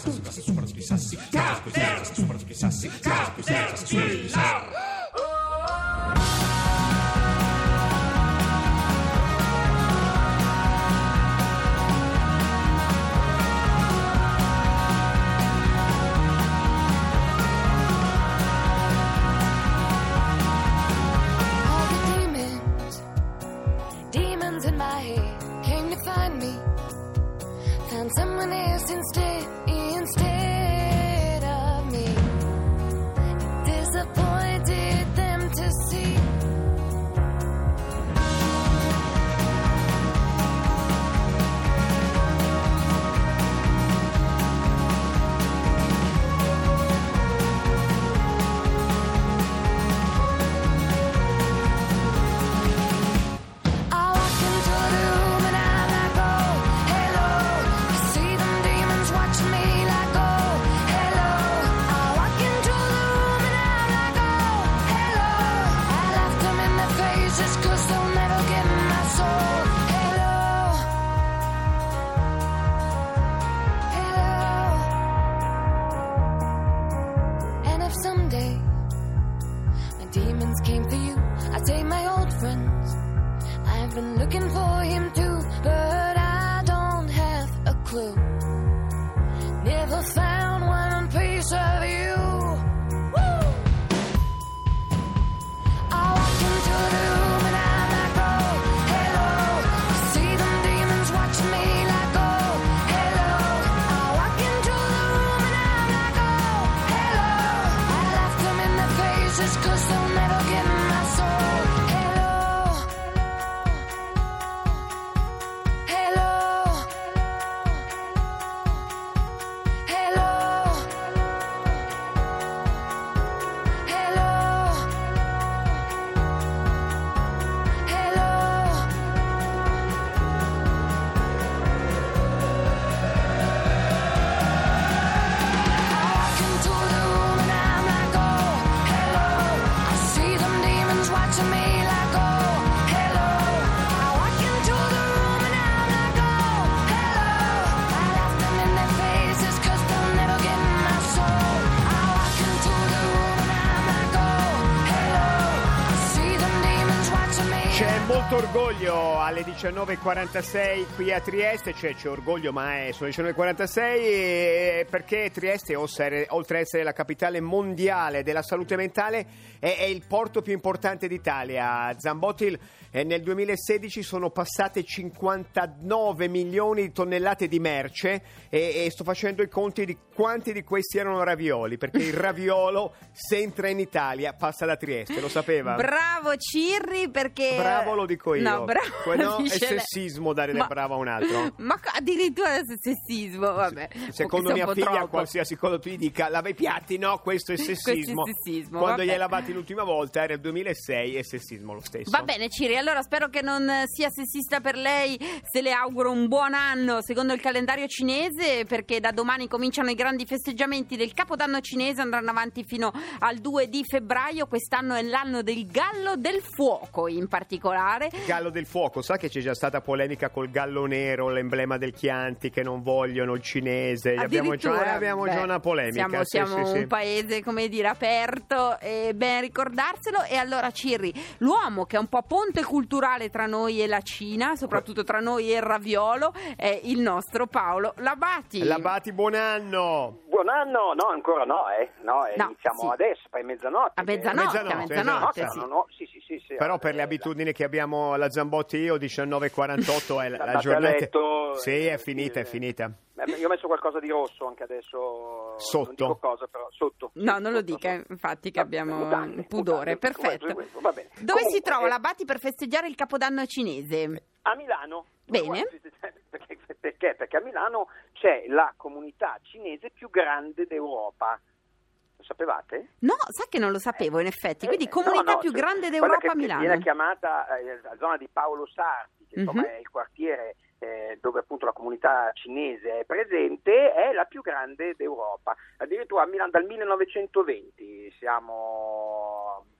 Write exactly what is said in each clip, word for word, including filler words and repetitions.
Someone else instead, instead of me. Disappointed them to see. Someday my demons came for you. I take my old friends, I've been looking for him too, but I don't have a clue. Never found one piece of you. Woo! I walk into the room and I'm like, oh, hello. I see them demons watching me like, oh, hello. I walk into the room and I'm like, oh, hello. Just cause they'll never get my soul. Hello, hello, hello, hello, hello. I walk into the room and I'm like, oh, watching me like, oh, hello. I walk into the room and I'm like, oh, hello. I laugh them in their faces cause they'll never get my soul. I walk into the room and I'm like, oh, hello. I see them demons watching me. C'è molto orgoglio alle diciannove e quarantasei qui a Trieste, cioè c'è orgoglio ma è sono le diciannove e quarantasei perché Trieste, oltre a essere la capitale mondiale della salute mentale, è, è il porto più importante d'Italia. Zambotti, eh, nel duemilasedici sono passate cinquantanove milioni di tonnellate di merce e, e sto facendo i conti di quanti di questi erano ravioli, perché il raviolo se entra in Italia passa da Trieste, lo sapeva? Bravo Cirri, perché bravo lo dico io. No, bravo. Quello è Dice sessismo lei. dare Ma... bravo a un altro. Ma addirittura sessismo, vabbè. Secondo mia figlia, troppo. Qualsiasi cosa tu gli dica, lava i piatti, no, questo è sessismo. Questo è sessismo. Quando vabbè. li hai lavati l'ultima volta era il duemilasei, è sessismo lo stesso. Va bene Ciri, allora spero che non sia sessista per lei, se le auguro un buon anno secondo il calendario cinese, perché da domani cominciano i grandi festeggiamenti del Capodanno cinese, andranno avanti fino al due di febbraio. Quest'anno è l'anno del gallo del fuoco in particolare. Gallo del fuoco, sa che c'è già stata polemica col gallo nero, l'emblema del Chianti, che non vogliono il cinese. Abbiamo già, eh, abbiamo beh, già una polemica. Siamo, sì, siamo sì, un sì. paese, come dire, aperto, e ben ricordarselo. E allora Cirri, l'uomo che è un po' ponte culturale tra noi e la Cina, soprattutto tra noi e il raviolo, è il nostro Paolo Labati. Labati, buon anno! Buon anno, no ancora no, eh, no, eh, No, iniziamo sì. adesso, poi mezzanotte. A mezzanotte, a mezzanotte, mezzanotte, No, sì. no, no, sì, sì, sì, sì. Però per eh, le abitudini che abbiamo alla Zambotti io, diciannove e quarantotto è la, la andate a giornata. letto, Sì, è eh, finita, è eh, finita. eh, Io ho messo qualcosa di rosso anche adesso. Sotto? Non dico cosa, però sotto. No, non lo Sotto, dica, sotto. infatti, che Va- abbiamo mutande, pudore. mutande, Perfetto. questo, va bene. Dove si Comunque, trova eh, Labati per festeggiare il Capodanno cinese? A Milano. Bene. Perché, perché? Perché a Milano c'è la comunità cinese più grande d'Europa. Lo sapevate? No, sa che non lo sapevo in effetti, quindi Eh, comunità no, no, più cioè, grande quella d'Europa che, a Milano. Che viene chiamata eh, la zona di Paolo Sarti, che insomma Mhm. è il quartiere eh, dove appunto la comunità cinese è presente, è la più grande d'Europa. Addirittura a Milano dal millenovecentoventi siamo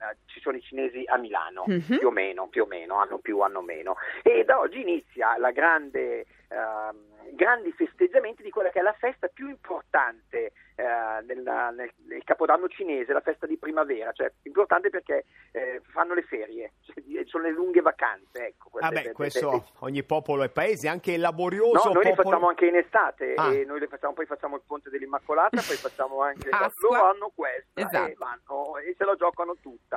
eh, ci sono i cinesi a Milano, Mhm. più o meno, più o meno, hanno più, hanno meno. E da oggi inizia la grande, ehm, grandi festeggiamenti di quella che è la festa più importante eh, nel, nel, nel Capodanno cinese, la festa di primavera, cioè importante perché eh, fanno le ferie, cioè, sono le lunghe vacanze. Ecco, queste- Vabbè, queste- questo queste- ogni popolo e paese, anche il laborioso No, noi le popolo... facciamo anche in estate, Ah. e noi le facciamo, poi facciamo il Ponte dell'Immacolata, poi facciamo anche Pasqua. loro hanno questa Esatto. e, vanno, e se la giocano tutta.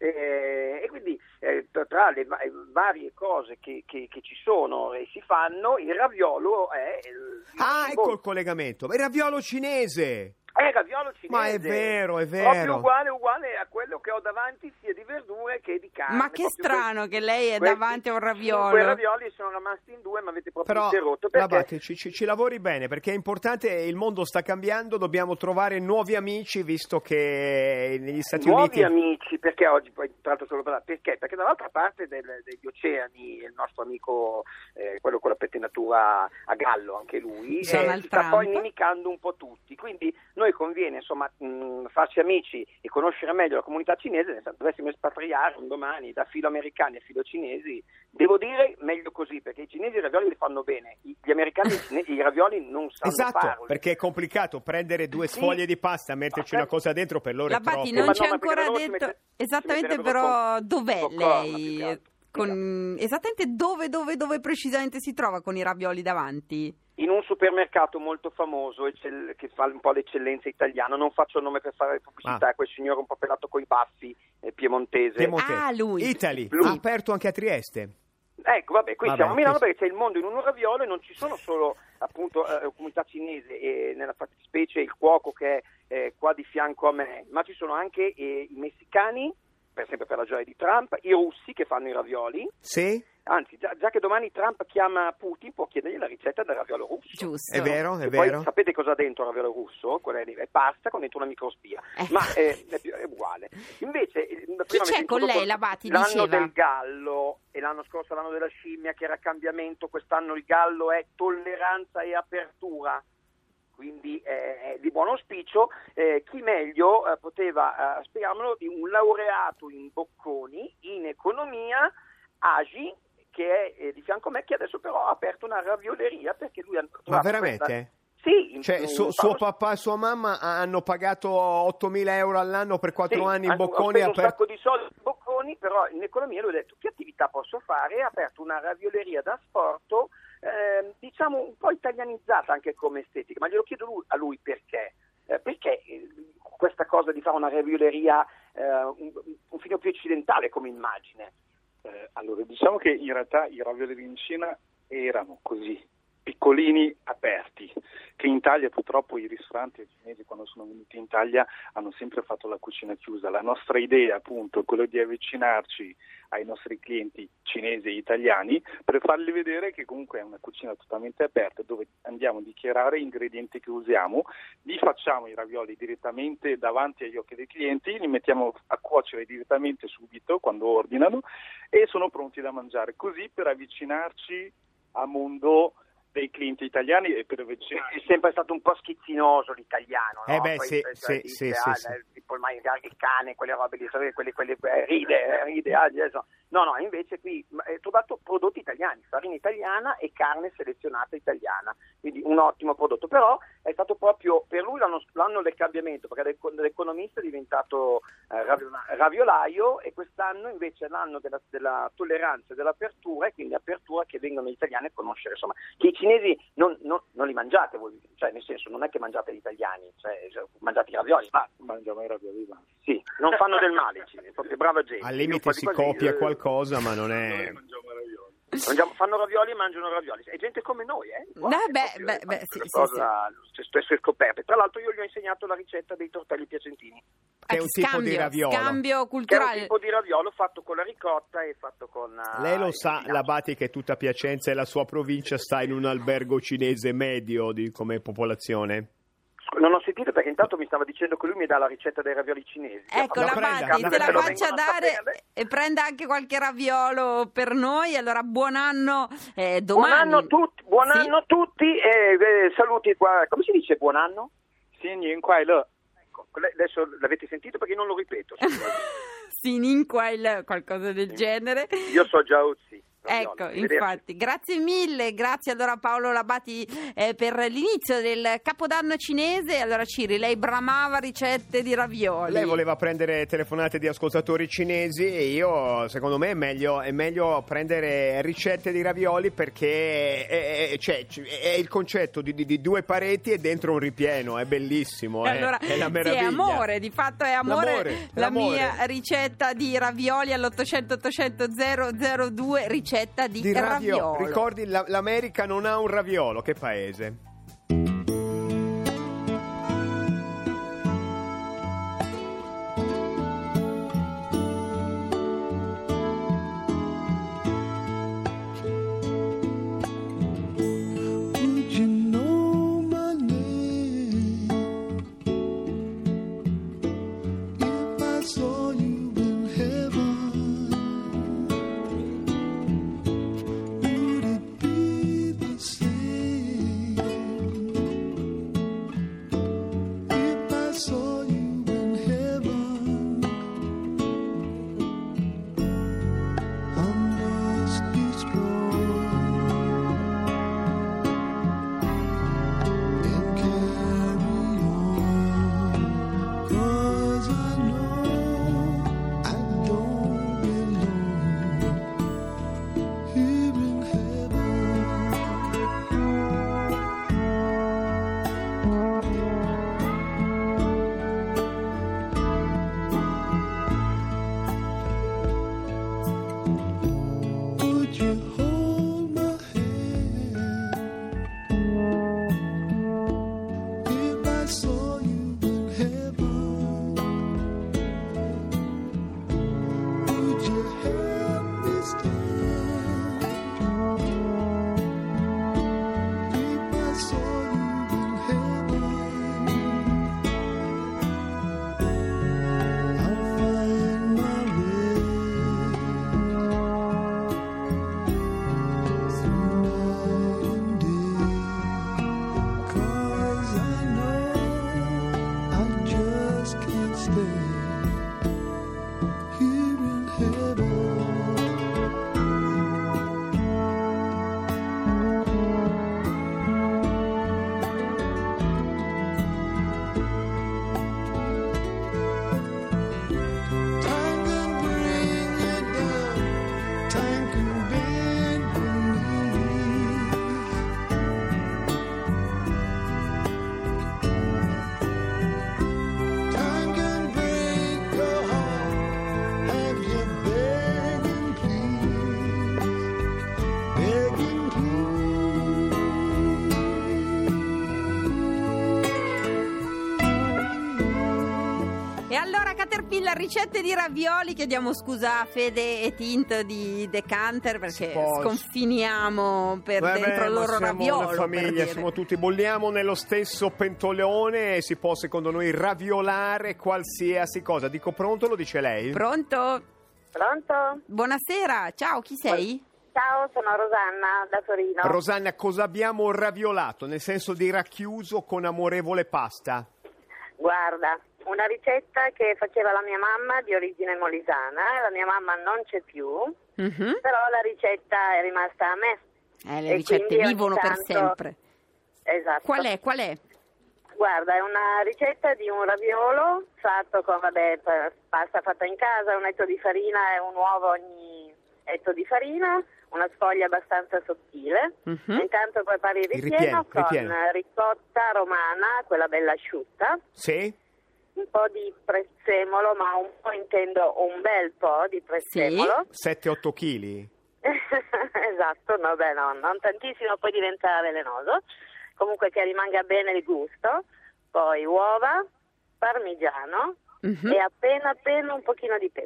E, e quindi eh, tra- tra le va- varie cose che, che, che ci sono e si fanno, il raviolo è il, Ah, il- ecco il collegamento. Il raviolo cinese! è il raviolo cinese. Ma è vero, è Proprio vero. uguale, uguale a quello che ho davanti, sia di verdure che di carne. Ma che Proprio strano questi- che lei è questi davanti a un cinque raviolo. ravioli sono rimasti in due, ma avete proprio Però, interrotto. Perché? Labate, ci, ci- ci lavori bene, perché è importante, il mondo sta cambiando, dobbiamo trovare nuovi amici, visto che negli Stati Nuovi Uniti... amici, perché oggi poi tra l'altro solo per- perché? Perché dall'altra parte del- degli oceani il nostro amico, eh, quello con la pettinatura a gallo, anche lui, Donald eh, si sta Trump. poi inimicando un po' tutti, quindi noi conviene insomma mh, farci amici e conoscere meglio la comunità cinese. Se dovessimo espatriare un domani da filo americani a filo cinesi, devo dire meglio così, perché i cinesi i ravioli li fanno bene, I- gli americani i, cine- i ravioli non sanno Esatto, farli. perché è complicato prendere due Sì. sfoglie di pasta, metterci Ma una cosa dentro, per loro La è troppo. Batti Ma non no, ci ha ma perché ancora loro si detto mette- esattamente si però metterebbero dov'è con- con corna, più che lei, altro. con, esattamente dove, dove, dove precisamente si trova con i ravioli davanti? In un supermercato molto famoso eccell- che fa un po' l'eccellenza italiana, non faccio il nome per fare pubblicità, Ah. quel signore un po' pelato coi baffi, eh, piemontese. Piemonte. Ah, lui. Italy, Lui. ha aperto anche a Trieste. Ecco, vabbè, qui Vabbè, siamo a Milano questo- perché c'è il mondo in un raviolo e non ci sono solo appunto eh, comunità cinese e nella fattispecie il cuoco che è eh, qua di fianco a me, ma ci sono anche eh, i messicani, per esempio per la gioia di Trump, i russi che fanno i ravioli. Sì? Anzi, già, già che domani Trump chiama Putin, può chiedergli la ricetta del raviolo russo. Giusto. È vero, è E poi vero. sapete cosa ha dentro il raviolo russo? Quella è, è pasta con dentro una microspia, Eh. ma è, è, più- è uguale. Invece, eh, prima c'è avete con introdotto lei, Labati, L'anno diceva? del gallo e l'anno scorso l'anno della scimmia, che era cambiamento, quest'anno il gallo è tolleranza e apertura. Quindi eh, è di buon auspicio. Eh, chi meglio eh, poteva eh, spiegarmelo di un laureato in Bocconi in economia, Agi, che è eh, di fianco a me, che adesso però ha aperto una ravioleria perché lui ha Ma trovato veramente? questa- Sì, in- Cioè, in- su- in- suo papà e sua mamma hanno pagato ottomila euro all'anno per quattro sì, anni in hanno- Bocconi. Ho ha speso un aperto... sacco di soldi in Bocconi, però in economia lui ha detto che attività posso fare, ha aperto una ravioleria da sporto, ehm, diciamo un po' italianizzata anche come estetica, ma glielo chiedo lui- a lui perché. Eh, perché eh, questa cosa di fare una ravioleria eh, un, un filo più occidentale come immagine? Eh, allora, diciamo che in realtà i ravioli in Cina erano così, piccolini, aperti, che in Italia purtroppo i ristoranti cinesi quando sono venuti in Italia hanno sempre fatto la cucina chiusa. La nostra idea appunto è quella di avvicinarci ai nostri clienti cinesi e italiani per fargli vedere che comunque è una cucina totalmente aperta dove andiamo a dichiarare gli ingredienti che usiamo, li facciamo i ravioli direttamente davanti agli occhi dei clienti, li mettiamo a cuocere direttamente subito quando ordinano e sono pronti da mangiare, così per avvicinarci al mondo dei clienti italiani e per avvicinarci. È sempre stato un po' schizzinoso l'italiano, no? Eh beh, Poi, sì, cioè, sì, dice, sì, sì, ah, sì. eh, tipo magari il cane, quelle robe lì, sapete, quelle, quelle, eh, ride, eh, ride, ah, adesso. No, no, invece qui ho trovato prodotti italiani, farina italiana e carne selezionata italiana, quindi un ottimo prodotto, però è stato proprio per lui l'anno, l'anno del cambiamento, perché dall'economista è diventato eh, raviola- raviolaio e quest'anno invece è l'anno della, della tolleranza e dell'apertura, e quindi apertura che vengono gli italiani a conoscere, insomma, che i cinesi non, non, non li mangiate voi, cioè nel senso non è che mangiate gli italiani, cioè mangiate i ravioli, ma Mangiamo i ravioli, ma sì, non fanno del male i cinesi, proprio brava gente. Al Io limite quasi si quasi, copia eh, qualcosa, ma non è... noi mangiamo i ravioli. Mangiamo- fanno ravioli e mangiano ravioli. È gente come noi, eh? Eh, Guarda, beh, proprio, beh, eh, beh, questa sì, sì, cosa, sì. Queste scoperte. Tra l'altro io gli ho insegnato la ricetta dei tortelli piacentini, Che è un tipo scambio, di raviolo. Scambio che è un culturale. tipo di raviolo fatto con la ricotta e fatto con... eh, Lei lo il sa, spinacio. Labati, che tutta Piacenza e la sua provincia sta in un albergo cinese medio di, come popolazione? Non ho sentito perché intanto mi stava dicendo che lui mi dà la ricetta dei ravioli cinesi. Ecco, La la prenda, Batti la se la prenda. faccia Vengono a dare sapere. e prenda anche qualche raviolo per noi. Allora, buon anno eh, Buon domani. anno a tutti, buon Sì? anno a tutti e eh, saluti qua. Come si dice buon anno? Sì, in qua e là. Ecco, adesso l'avete sentito perché non lo ripeto. Sininquail, qualcosa del genere. Io so già Uzzi. Ecco, infatti, grazie mille, grazie allora Paolo Labati eh, per l'inizio del Capodanno cinese. Allora Ciri, lei bramava ricette di ravioli. Lei voleva prendere telefonate di ascoltatori cinesi e io, secondo me, è meglio, è meglio prendere ricette di ravioli perché è, è, cioè, è il concetto di, di, di due pareti e dentro un ripieno, è bellissimo, è, allora, è la sì, meraviglia. è amore, di fatto è amore, L'amore, la l'amore. mia ricetta di ravioli all'ottocento ottocento zero zero due, ricetta di, Di raviolo. raviolo. Ricordi, la- l'America non ha un raviolo, che paese? Would you know my name if I saw you in heaven? Would it be the same if I saw you in heaven? I must be strong and carry on, 'cause I know I don't belong here in heaven. Would you hold my hand if I saw you in heaven? Would you help me stand if I saw you in heaven? I'll find my way through night and day, 'cause I know I just can't stay here in heaven. Time can bring you down, time can bend your knees. Time can break your heart, have you begging please, begging E allora Caterpillar, ricette di ravioli, chiediamo scusa a Fede e Tint di Decanter perché Si può- sconfiniamo per Vabbè, dentro il ma loro siamo raviolo. una per famiglia, dire. siamo tutti, bolliamo nello stesso pentolone e si può secondo noi raviolare qualsiasi cosa. Dico pronto, lo dice lei? Pronto? Pronto? Buonasera, ciao, chi sei? Ciao, sono Rosanna da Torino. Rosanna, cosa abbiamo raviolato? Nel senso di racchiuso con amorevole pasta? Guarda, una ricetta che faceva la mia mamma di origine molisana, la mia mamma non c'è più, Mhm. però la ricetta è rimasta a me. Eh, le E ricette quindi ogni vivono per tanto- sempre. Esatto. Qual è? Qual è? Guarda, è una ricetta di un raviolo fatto con, vabbè, p- pasta fatta in casa, un etto di farina e un uovo ogni etto di farina, una sfoglia abbastanza sottile. Mhm. Intanto prepari il Il ripieno, ripieno, con ripieno. ricotta romana, quella bella asciutta, Sì? un po' di prezzemolo, ma un po' intendo un bel po' di prezzemolo. sette otto chili? Esatto, no, beh, no, non tantissimo, poi diventa velenoso. Comunque che rimanga bene il gusto. Poi uova, parmigiano Mhm. e appena appena un pochino di pepe.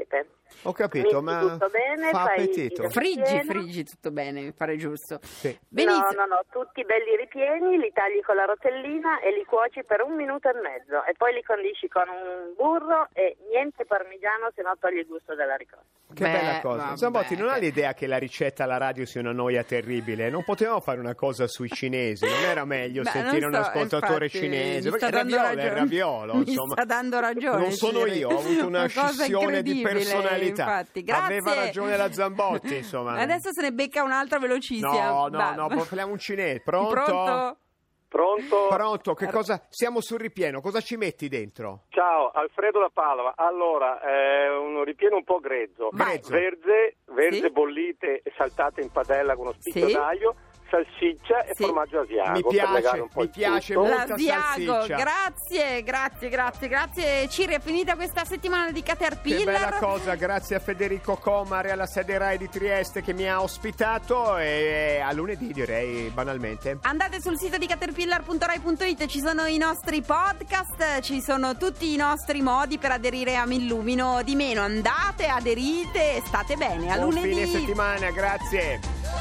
Ho capito, Metti ma tutto bene, fa fai appetito. il Friggi, ripieno. friggi, tutto bene, mi pare giusto. Sì. Benissimo. No, no, no, tutti belli ripieni, li tagli con la rotellina e li cuoci per un minuto e mezzo e poi li condisci con un burro e niente parmigiano, se no togli il gusto della ricotta. Che Beh, bella cosa. vabbè, Zambotti, non ha che- l'idea che la ricetta alla radio sia una noia terribile? Non potevamo fare una cosa sui cinesi? Non era meglio Beh, sentire non un so, ascoltatore infatti, cinese? mi Perché sta il dando raviolo è il ragione. raviolo, Mi insomma. sta dando ragione, Non sono Siri. io, ho avuto una, Una cosa scissione di incredibile, personalità. infatti. Grazie. Aveva ragione la Zambotti, insomma. Adesso se ne becca un'altra velocissima. No, no, Va- no, parliamo un cinese. Pronto? Pronto? Pronto? Pronto, che cosa? Siamo sul ripieno, cosa ci metti dentro? Ciao, Alfredo da Padova. Allora, è un ripieno un po' grezzo. Vai. Verze, verze Sì. bollite e saltate in padella con uno spicchio Sì. d'aglio, salsiccia e Sì. formaggio asiago. Mi per piace, legare un po' mi il piace tutto. molto. L'Asiago, salsiccia. grazie, grazie, grazie, grazie. Ciri, è finita questa settimana di Che bella Caterpillar. cosa, grazie a Federico Comare alla sede Rai di Trieste che mi ha ospitato e a lunedì direi banalmente. Andate sul sito di caterpillar punto rai punto it, ci sono i nostri podcast, ci sono tutti i nostri modi per aderire a Mi Illumino di meno. Andate, aderite, state bene. A Buon lunedì. fine settimana, grazie.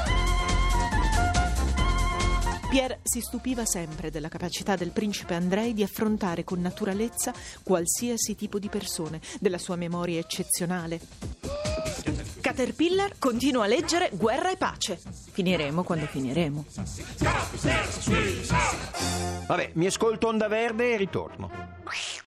Pierre si stupiva sempre della capacità del principe Andrei di affrontare con naturalezza qualsiasi tipo di persone, della sua memoria eccezionale. Caterpillar continua a leggere Guerra e Pace. Finiremo quando finiremo. Vabbè, mi ascolto Onda Verde e ritorno.